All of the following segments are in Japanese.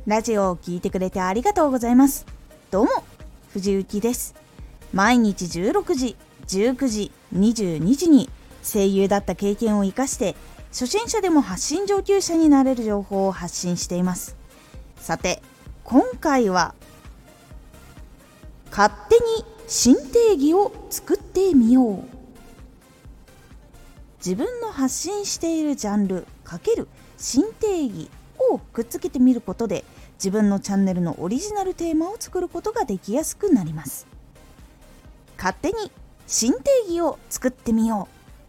ラジオを聞いてくれてありがとうございます。どうも、藤幸です。毎日16時、19時、22時に声優だった経験を生かして初心者でも発信上級者になれる情報を発信しています。さて、今回は勝手に新定義を作ってみよう。自分の発信しているジャンル×新定義をくっつけてみることで自分のチャンネルのオリジナルテーマを作ることができやすくなります。勝手に新定義を作ってみよ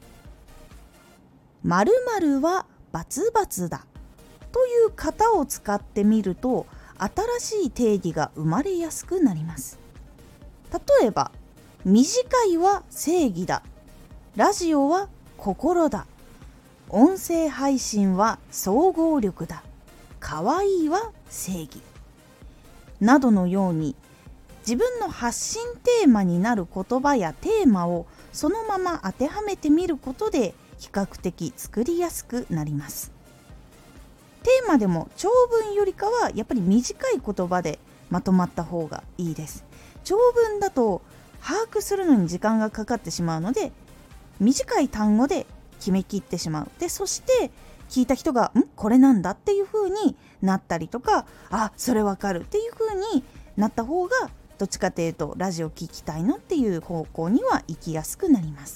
う。〇〇はバツバツだという型を使ってみると新しい定義が生まれやすくなります。例えば、短いは正義だ、ラジオは心だ、音声配信は総合力だ、かわいいは正義などのように、自分の発信テーマになる言葉やテーマをそのまま当てはめてみることで比較的作りやすくなります。テーマでも長文よりかはやっぱり短い言葉でまとまった方がいいです。長文だと把握するのに時間がかかってしまうので、短い単語で決めきってしまう。で、そして聞いた人がこれなんだっていう風になったりとか、それわかるっていう風になった方が、どっちかというとラジオ聞きたいのっていう方向には行きやすくなります。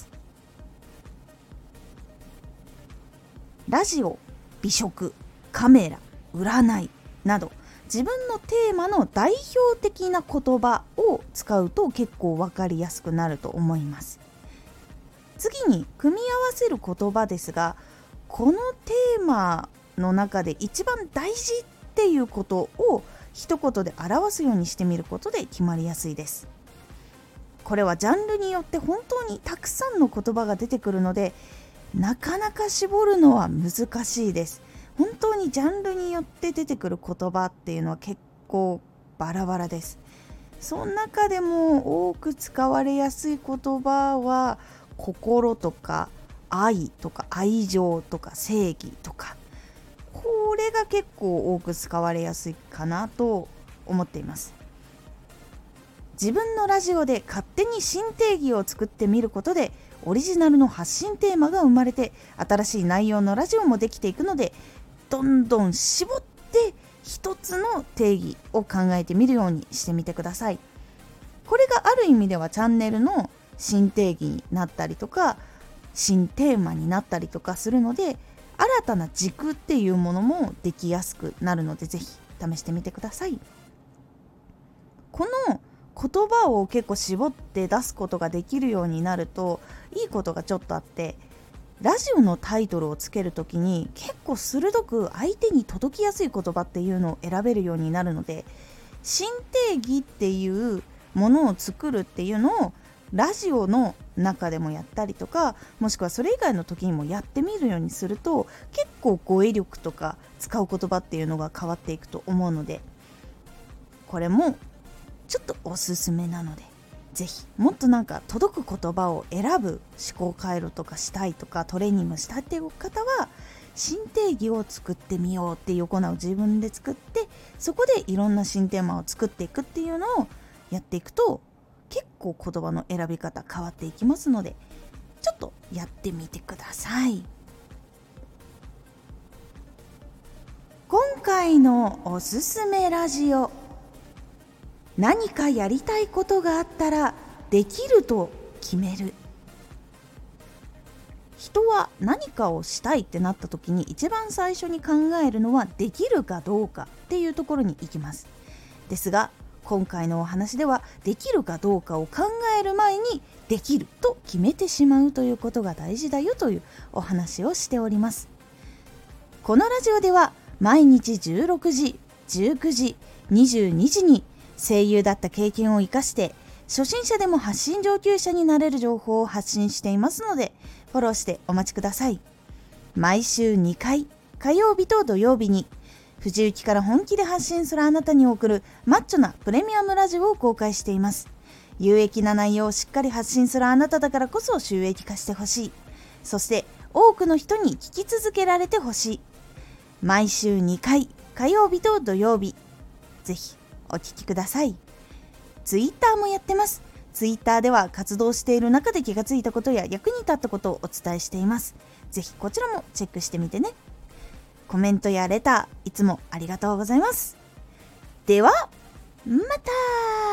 ラジオ、美食、カメラ、占いなど自分のテーマの代表的な言葉を使うと結構わかりやすくなると思います。次に組み合わせる言葉ですが、このテーマの中で一番大事っていうことを一言で表すようにしてみることで決まりやすいです。これはジャンルによって本当にたくさんの言葉が出てくるので、なかなか絞るのは難しいです。本当にジャンルによって出てくる言葉っていうのは結構バラバラです。その中でも多く使われやすい言葉は心とか愛とか愛情とか正義とか、これが結構多く使われやすいかなと思っています。自分のラジオで勝手に新定義を作ってみることでオリジナルの発信テーマが生まれて、新しい内容のラジオもできていくので、どんどん絞って一つの定義を考えてみるようにしてみてください。これがある意味ではチャンネルの新定義になったりとか新テーマになったりとかするので、新たな軸っていうものもできやすくなるので、ぜひ試してみてください。この言葉を結構絞って出すことができるようになるといいことがちょっとあって、ラジオのタイトルをつけるときに結構鋭く相手に届きやすい言葉っていうのを選べるようになるので、新定義っていうものを作るっていうのをラジオの中でもやったりとか、もしくはそれ以外の時にもやってみるようにすると、結構語彙力とか使う言葉っていうのが変わっていくと思うので、これもちょっとおすすめなので、ぜひもっと届く言葉を選ぶ思考回路とかしたいとか、トレーニングしたいっていう方は新定義を作ってみようっていう粉を自分で作って、そこでいろんな新テーマを作っていくっていうのをやっていくと、結構言葉の選び方変わっていきますので、ちょっとやってみてください。今回のおすすめラジオ、何かやりたいことがあったらできると決める。人は何かをしたいってなった時に一番最初に考えるのはできるかどうかっていうところに行きます。ですが今回のお話では、できるかどうかを考える前にできると決めてしまうということが大事だよというお話をしております。このラジオでは毎日16時、19時、22時に声優だった経験を生かして初心者でも発信上級者になれる情報を発信していますので、フォローしてお待ちください。毎週2回、火曜日と土曜日に藤幸から本気で発信するあなたに送るマッチョなプレミアムラジオを公開しています。有益な内容をしっかり発信するあなただからこそ収益化してほしい。そして多くの人に聞き続けられてほしい。毎週2回、火曜日と土曜日、 ぜひお聞きください。ツイッターもやってます。ツイッターでは活動している中で気がついたことや役に立ったことをお伝えしています。ぜひこちらもチェックしてみてね。コメントやレターいつもありがとうございます。ではまた。